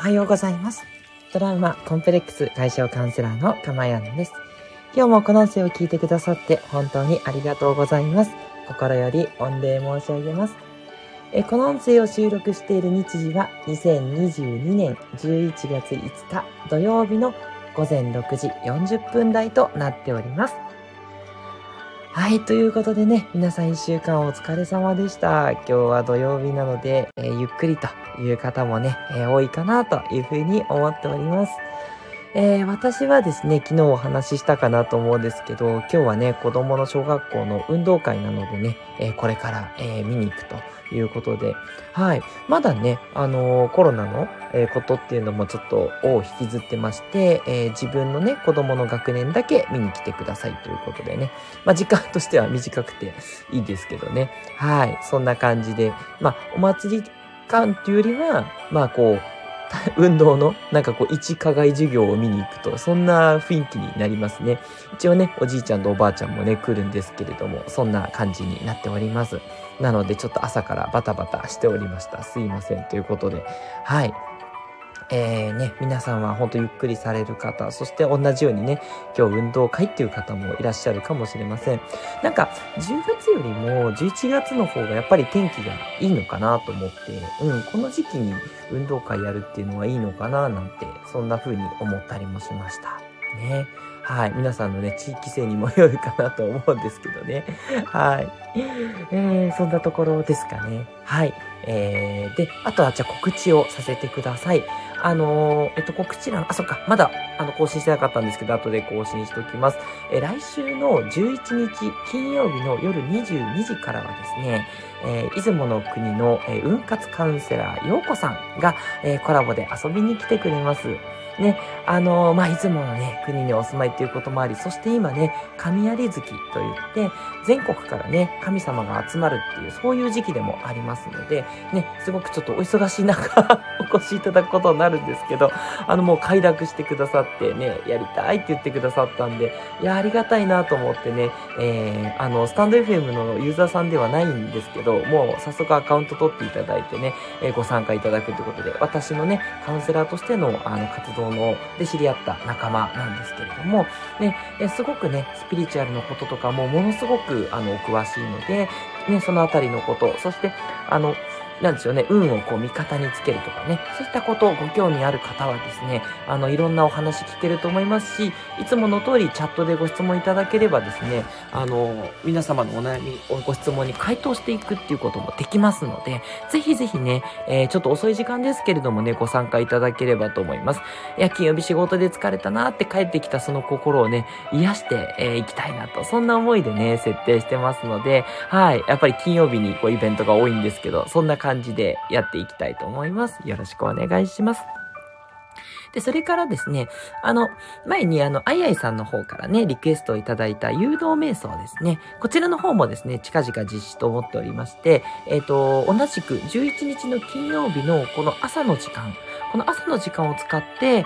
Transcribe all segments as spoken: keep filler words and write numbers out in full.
はようございます。トラウマコンプレックス解消カウンセラーのかまやんです。今日もこの音声を聞いてくださって本当にありがとうございます。心より御礼申し上げます。えこの音声を収録している日時はにせんにじゅうにねんじゅういちがついつか土曜日のごぜんろくじよんじゅっぷん台となっております。はい、ということでね、皆さん一週間お疲れ様でした。今日は土曜日なので、えー、ゆっくりという方もね、えー、多いかなというふうに思っております。えー、私はですね、昨日お話ししたかなと思うんですけど、今日はね、子供の小学校の運動会なのでね、えー、これから、えー、見に行くということで、はい、まだね、あのー、コロナの、えー、ことっていうのもちょっとを引きずってまして、えー、自分のね、子供の学年だけ見に来てくださいということでね、まあ、時間としては短くていいですけどね、はい、そんな感じで、まあ、お祭り感っていうよりは、まあ、こう、運動のなんかこう一課外授業を見に行くとそんな雰囲気になりますね。一応ねおじいちゃんとおばあちゃんもね来るんですけれども、そんな感じになっております。なのでちょっと朝からバタバタしておりました。すいませんということで、はいえーね、皆さんは本当ゆっくりされる方、そして同じようにね、今日運動会っていう方もいらっしゃるかもしれません。なんか、じゅうがつよりもじゅういちがつの方がやっぱり天気がいいのかなと思って、うん、この時期に運動会やるっていうのはいいのかななんて、そんな風に思ったりもしました。ね。はい。皆さんのね、地域性にもよるかなと思うんですけどね。はい。えー、そんなところですかね。はい。えー、で、あとはじゃあ告知をさせてください。あのー、えっと、告知欄、あ、そっか、まだ、あの、更新してなかったんですけど、後で更新しておきます。えー、来週のじゅういちにち金曜日の夜にじゅうにじからはですね、えー、出雲の国の、えー、運活カウンセラー、ようこさんが、えー、コラボで遊びに来てくれます。ね、あのー、まあ、出雲のね、国にお住まいということもあり、そして今ね、神有月といって、全国からね、神様が集まるっていう、そういう時期でもありますので、ね、すごくちょっとお忙しい中、お越しいただくことになるんですけど、あの、もう快諾してくださってね、やりたいって言ってくださったんで、いや、ありがたいなと思ってね、えー、あの、スタンド エフエム のユーザーさんではないんですけど、もう早速アカウント取っていただいてね、えー、ご参加いただくということで、私のね、カウンセラーとしての、あの、活動の、で知り合った仲間なんですけれども、ね、えー、すごくね、スピリチュアルのこととかもものすごく、あの、お詳しいので、ね、そのあたりのこと、そして、あの、なんですよね、運をこう味方につけるとかね、そういったことをご興味ある方はですね、あの、いろんなお話聞けると思いますし、いつもの通りチャットでご質問いただければですね、あの、皆様のお悩み、ご質問に回答していくっていうこともできますので、ぜひぜひね、えー、ちょっと遅い時間ですけれどもね、ご参加いただければと思います。いや、金曜日仕事で疲れたなって帰ってきたその心をね、癒してい、えー、きたいなと、そんな思いでね、設定してますので、はい、やっぱり金曜日にこうイベントが多いんですけど、そんな感じでやっていきたいと思います。よろしくお願いします。で、それからですね、あの、前にあの、あいあいさんの方からね、リクエストをいただいた誘導瞑想ですね。こちらの方もですね、近々実施と思っておりまして、えっと、同じくじゅういちにちの金曜日のこの朝の時間、この朝の時間を使って、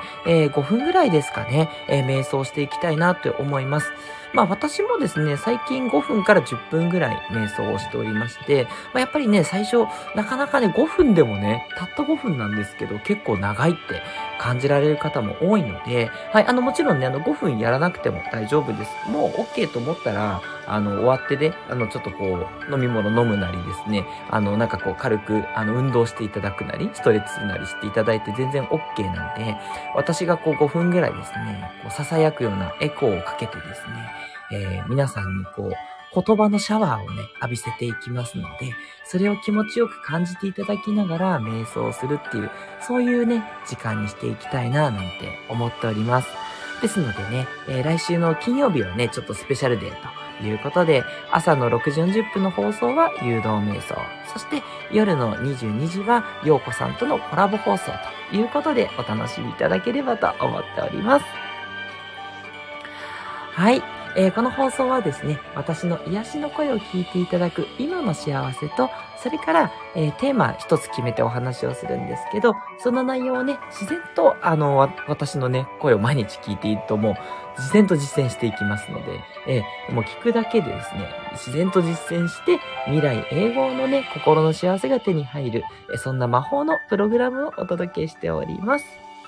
えー、ごふんぐらいですかね、えー、瞑想していきたいなと思います。まあ私もですね、最近ごふんからじゅっぷんぐらい瞑想をしておりまして、まあ、やっぱりね、最初、なかなかね、ごふんでもね、たったごふんなんですけど、結構長いって感じられる方も多いので、はい、あの、もちろんね、あの、ごふんやらなくても大丈夫です。もう OK と思ったら、あの、終わってで、あの、ちょっとこう、飲み物飲むなりですね、あの、なんかこう、軽く、あの、運動していただくなり、ストレッチするなりしていただいて全然 OK なんで、私がこう、ごふんぐらいですね、こう、囁くようなエコーをかけてですね、えー、皆さんにこう、言葉のシャワーをね、浴びせていきますので、それを気持ちよく感じていただきながら瞑想するっていう、そういうね、時間にしていきたいな、なんて思っております。ですのでね、えー、来週の金曜日はね、ちょっとスペシャルデーということで、朝のろくじよんじゅっぷんの放送は誘導瞑想、そして夜のにじゅうにじはようこさんとのコラボ放送ということでお楽しみいただければと思っております。はい。 えー、この放送はですね、私の癒しの声を聞いていただく今の幸せと、それから、えー、テーマ一つ決めてお話をするんですけど、その内容をね、自然と、あの、私のね、声を毎日聞いているともう、自然と実践していきますので、えー、もう聞くだけでですね、自然と実践して、未来永劫のね、心の幸せが手に入る、えー、そんな魔法のプログラムをお届けしております。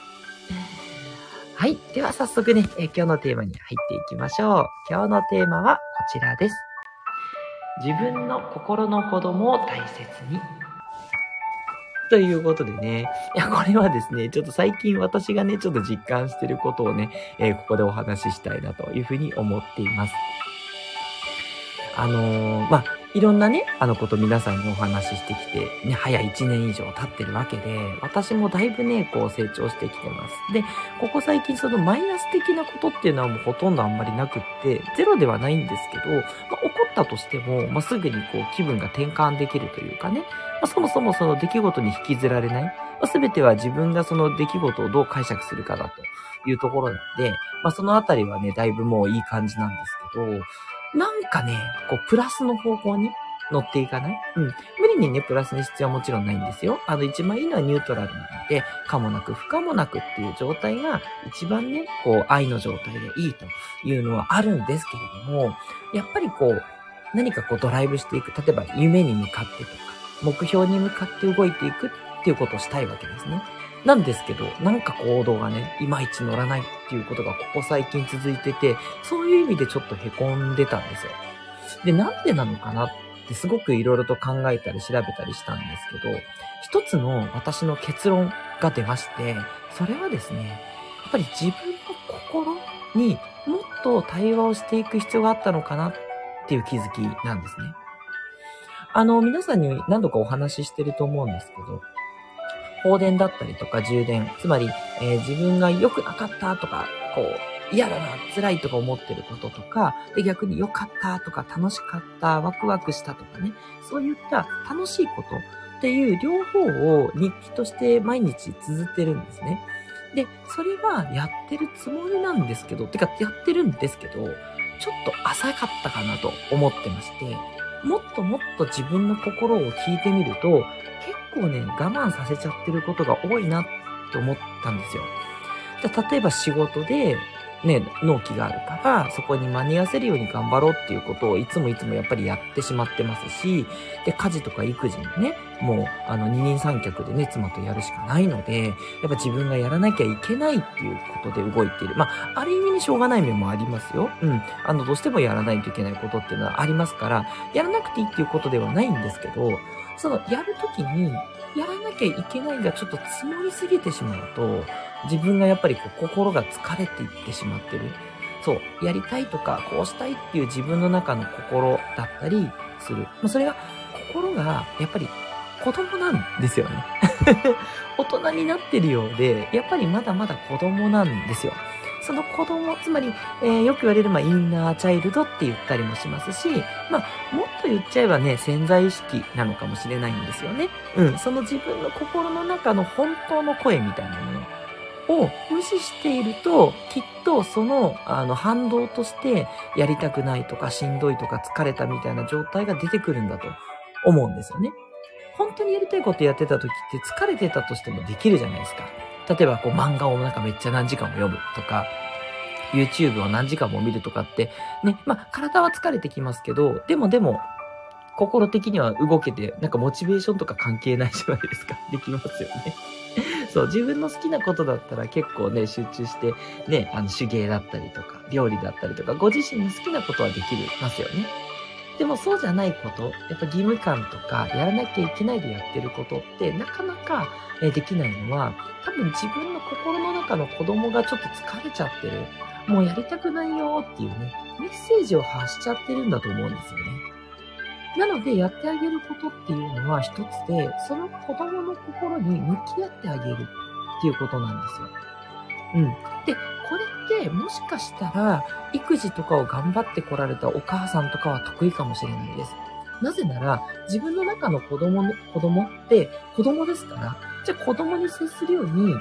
はい。では早速ね、えー、今日のテーマに入っていきましょう。今日のテーマはこちらです。自分の心の子供を大切に。ということでね。いや、これはですね、ちょっと最近私がね、ちょっと実感していることをね、えー、ここでお話ししたいなというふうに思っています。あのー、まあ、いろんなね、あのこと皆さんにお話ししてきて、ね、早いちねん以上経ってるわけで、私もだいぶね、こう成長してきてます。で、ここ最近そのマイナス的なことっていうのはもうほとんどあんまりなくって、ゼロではないんですけど、まあ、起こったとしても、まあ、すぐにこう気分が転換できるというかね、まあ、そもそもその出来事に引きずられない、まあ、全ては自分がその出来事をどう解釈するかだというところなんで、まあ、そのあたりはね、だいぶもういい感じなんですけど、なんかね、こう、プラスの方向に乗っていかない？うん。無理にね、プラスに必要はもちろんないんですよ。あの、一番いいのはニュートラルなので、可もなく不可もなくっていう状態が一番ね、こう、愛の状態でいいというのはあるんですけれども、やっぱりこう、何かこうドライブしていく、例えば夢に向かってとか、目標に向かって動いていくっていうことをしたいわけですね。なんですけど、なんか行動がね、いまいち乗らないっていうことがここ最近続いてて、そういう意味でちょっと凹んでたんですよ。で、なんでなのかなってすごくいろいろと考えたり調べたりしたんですけど、一つの私の結論が出まして、それはですね、やっぱり自分の心にもっと対話をしていく必要があったのかなっていう気づきなんですね。あの、皆さんに何度かお話ししてると思うんですけど、放電だったりとか充電、つまり、えー、自分が良くなかったとか、こう、嫌だな、辛いとか思ってることとか、で逆に良かったとか楽しかった、ワクワクしたとかね、そういった楽しいことっていう両方を日記として毎日綴ってるんですね。で、それはやってるつもりなんですけど、てかやってるんですけど、ちょっと浅かったかなと思ってまして、もっともっと自分の心を聞いてみると、結構ね、我慢させちゃってることが多いなと思ったんですよ。例えば仕事で、ね、納期があるから、そこに間に合わせるように頑張ろうっていうことをいつもいつもやっぱりやってしまってますし、で、家事とか育児もね、もう、あの、二人三脚でね、妻とやるしかないので、やっぱ自分がやらなきゃいけないっていうことで動いている。まあ、ある意味にしょうがない面もありますよ。うん。あの、どうしてもやらないといけないことっていうのはありますから、やらなくていいっていうことではないんですけど、その、やるときに、やらなきゃいけないがちょっと積もりすぎてしまうと、自分がやっぱりこう心が疲れていってしまってる。そう、やりたいとか、こうしたいっていう自分の中の心だったりする。まあ、それが、心がやっぱり子供なんですよね。大人になってるようで、やっぱりまだまだ子供なんですよ。その子供、つまり、えー、よく言われる、まあ、インナーチャイルドって言ったりもしますし、まあ、もっと言っちゃえばね、潜在意識なのかもしれないんですよね。うん、その自分の心の中の本当の声みたいなものを無視していると、きっとその、あの、反動として、やりたくないとか、しんどいとか、疲れたみたいな状態が出てくるんだと思うんですよね。本当にやりたいことやってた時って疲れてたとしてもできるじゃないですか。例えばこう漫画をなんかめっちゃ何時間も読むとか、YouTube を何時間も見るとかって、ね、まあ体は疲れてきますけど、でもでも、心的には動けて、なんかモチベーションとか関係ないじゃないですか。できますよね。そう、自分の好きなことだったら結構ね、集中して、ね、あの手芸だったりとか、料理だったりとか、ご自身の好きなことはできますよね。でもそうじゃないこと、やっぱ義務感とか、やらなきゃいけないでやってることって、なかなかできないのは、多分自分の心の中の子供がちょっと疲れちゃってる。もうやりたくないよっていうね、メッセージを発しちゃってるんだと思うんですよね。なので、やってあげることっていうのは一つで、その子供の心に向き合ってあげるっていうことなんですよ。うん。で、これってもしかしたら、育児とかを頑張ってこられたお母さんとかは得意かもしれないです。なぜなら、自分の中の子供の、子供って子供ですから、じゃあ子供に接するように、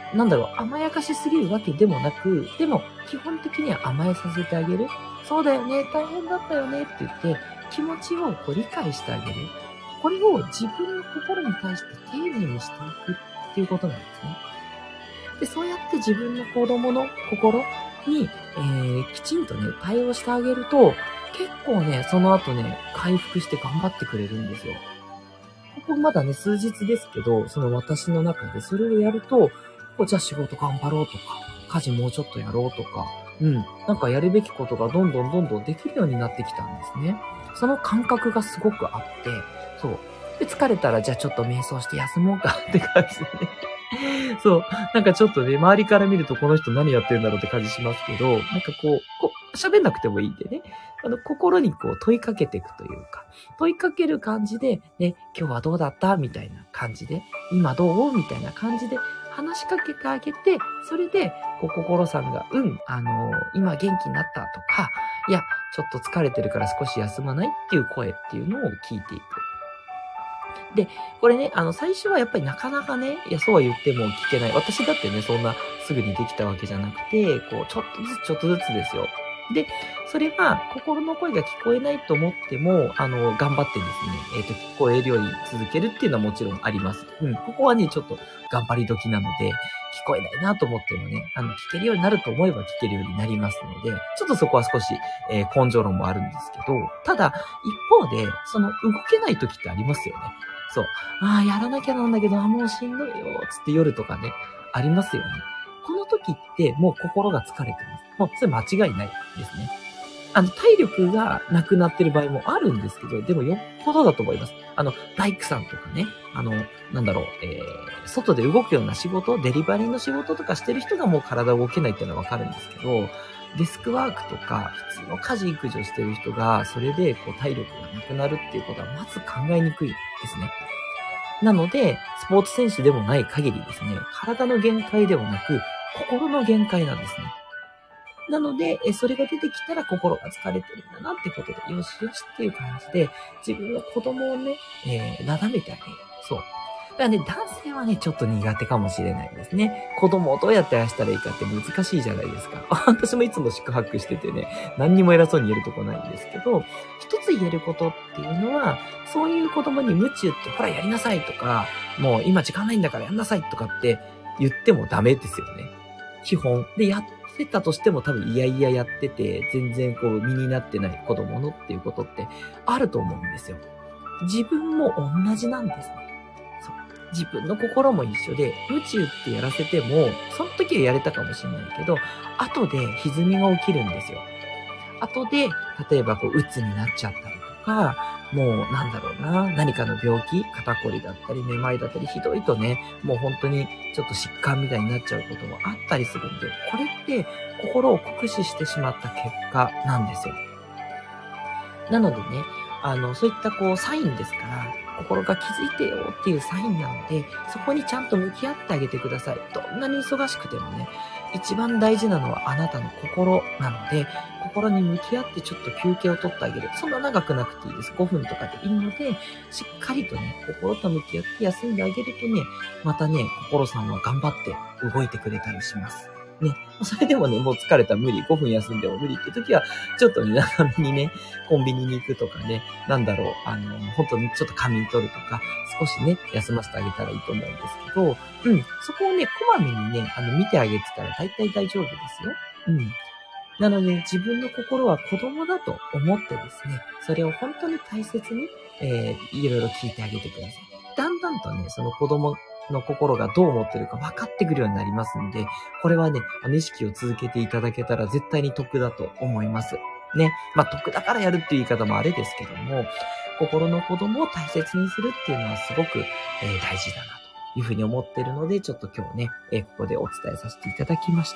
なんだろう、甘やかしすぎるわけでもなく、でも基本的には甘えさせてあげる。そうだよね、大変だったよねって言って、気持ちをこう理解してあげる。これを自分の心に対して丁寧にしていくっていうことなんですね。で、そうやって自分の子供の心に、えー、きちんとね、対応してあげると、結構ね、その後ね、回復して頑張ってくれるんですよ。ここまだね、数日ですけど、その私の中でそれをやると、こうじゃあ仕事頑張ろうとか、家事もうちょっとやろうとか、うん、なんかやるべきことがどんどんどんどんできるようになってきたんですね。その感覚がすごくあって、そう。で、疲れたらじゃあちょっと瞑想して休もうかって感じでね。そう。なんかちょっとね、周りから見るとこの人何やってるんだろうって感じしますけど、なんかこう、こう喋んなくてもいいんでね、あの、心にこう問いかけていくというか、問いかける感じで、ね、今日はどうだったみたいな感じで、今どうみたいな感じで話しかけてあげて、それで、こう、心さんが、うん、あの、今元気になったとか、いや、ちょっと疲れてるから少し休まないっていう声っていうのを聞いていく。で、これね、あの、最初はやっぱりなかなかね、いや、そうは言っても聞けない。私だってね、そんなすぐにできたわけじゃなくて、こう、ちょっとずつちょっとずつですよ。で、それは心の声が聞こえないと思っても、あの、頑張ってですね、えっと、聞こえるように続けるっていうのはもちろんあります。うん、ここはね、ちょっと頑張り時なので、聞こえないなと思ってもね、あの、聞けるようになると思えば聞けるようになりますので、ちょっとそこは少し、えー根性論もあるんですけど、ただ、一方で、その、動けない時ってありますよね。そう。ああ、やらなきゃなんだけど、あもうしんどいよ、つって夜とかね、ありますよね。この時ってもう心が疲れてます。もうそれ間違いないですね。あの、体力がなくなってる場合もあるんですけど、でもよっぽどだと思います。あの、大工さんとかね、あの、なんだろう、えー、外で動くような仕事、デリバリーの仕事とかしてる人がもう体動けないっていうのはわかるんですけど、デスクワークとか、普通の家事育児をしてる人が、それでこう体力がなくなるっていうことはまず考えにくいですね。なので、スポーツ選手でもない限りですね、体の限界ではなく、心の限界なんですね。なので、えそれが出てきたら心が疲れてるんだなってことで、よしよしっていう感じで、自分の子供をね、えー、なだめてあげる。そう。だからね、男性はね、ちょっと苦手かもしれないですね。子供をどうやってあやしたらいいかって難しいじゃないですか。私もいつも四苦八苦しててね、何にも偉そうに言えるとこないんですけど、一つ言えることっていうのは、そういう子供に無知打って、ほらやりなさいとか、もう今時間ないんだからやんなさいとかって言ってもダメですよね。基本。で、やってたとしても多分いやいややってて、全然こう身になってない子供のっていうことってあると思うんですよ。自分も同じなんですね。そう。自分の心も一緒で、宇宙ってやらせても、その時はやれたかもしれないけど、後で歪みが起きるんですよ。後で、例えばこう、鬱になっちゃったりとか、もうなんだろうな、何かの病気、肩こりだったり、めまいだったり、ひどいとね、もう本当にちょっと疾患みたいになっちゃうこともあったりするんで、これって心を酷使してしまった結果なんですよ。なのでね、あの、そういったこう、サインですから、心が気づいてよっていうサインなので、そこにちゃんと向き合ってあげてください。どんなに忙しくてもね、一番大事なのはあなたの心なので、心に向き合ってちょっと休憩を取ってあげる。そんな長くなくていいです。ごふんとかでいいので、しっかりとね、心と向き合って休んであげるとね、またね、心さんは頑張って動いてくれたりします。ね。それでもね、もう疲れた無理、ごふん休んでも無理って時は、ちょっとね、長めにね、コンビニに行くとかね、なんだろう、あの、本当にちょっと仮眠取るとか、少しね、休ませてあげたらいいと思うんですけど、うん、そこをね、こまめにね、あの、見てあげてたら大体大丈夫ですよ。うん。なので、自分の心は子供だと思ってですね、それを本当に大切に、えー、いろいろ聞いてあげてください。だんだんとね、その子供の心がどう思ってるか分かってくるようになりますんで、これはね、あの意識を続けていただけたら絶対に得だと思います。ね。まあ、得だからやるっていう言い方もあれですけども、心の子供を大切にするっていうのはすごく、えー、大事だなというふうに思ってるので、ちょっと今日ね、えー、ここでお伝えさせていただきました。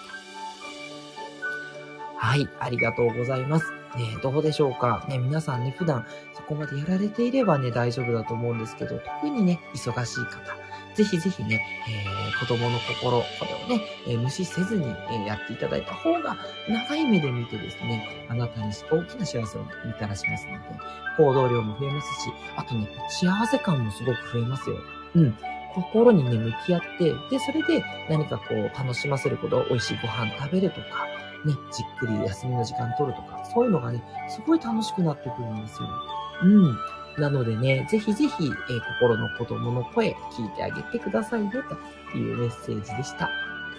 はい、ありがとうございます。ね、どうでしょうかね、皆さんね、普段そこまでやられていればね、大丈夫だと思うんですけど、特にね、忙しい方、ぜひぜひね、えー、子供の心、これをね、えー、無視せずに、えー、やっていただいた方が、長い目で見てですね、あなたに大きな幸せをもたらしますので、行動量も増えますし、あとね、幸せ感もすごく増えますよ。うん。 心にね、向き合って、で、それで何かこう、楽しませること、美味しいご飯食べるとか、ね、じっくり休みの時間取るとか、そういうのがね、すごい楽しくなってくるんですよ。うん。なのでね、ぜひぜひ、えー心の子供の声、聞いてあげてくださいね、というメッセージでした。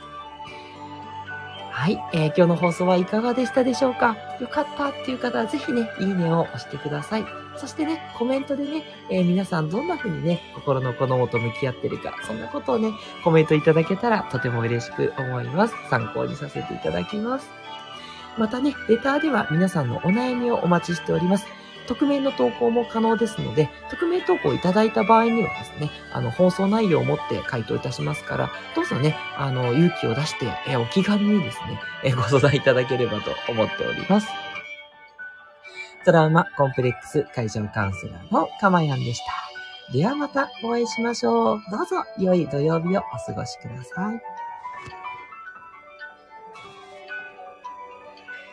はい、えー今日の放送はいかがでしたでしょうか？よかったっていう方はぜひね、いいねを押してください。そしてね、コメントでね、えー皆さんどんな風にね、心の子供と向き合ってるか、そんなことをね、コメントいただけたらとても嬉しく思います。参考にさせていただきます。またね、レターでは皆さんのお悩みをお待ちしております。匿名の投稿も可能ですので、匿名投稿いただいた場合にはですね、あの、放送内容をもって回答いたしますから、どうぞね、あの、勇気を出して、えお気軽にですね、えご相談いただければと思っております。トラウマコンプレックス解消カウンセラーのかまやんでした。ではまたお会いしましょう。どうぞ良い土曜日をお過ごしください。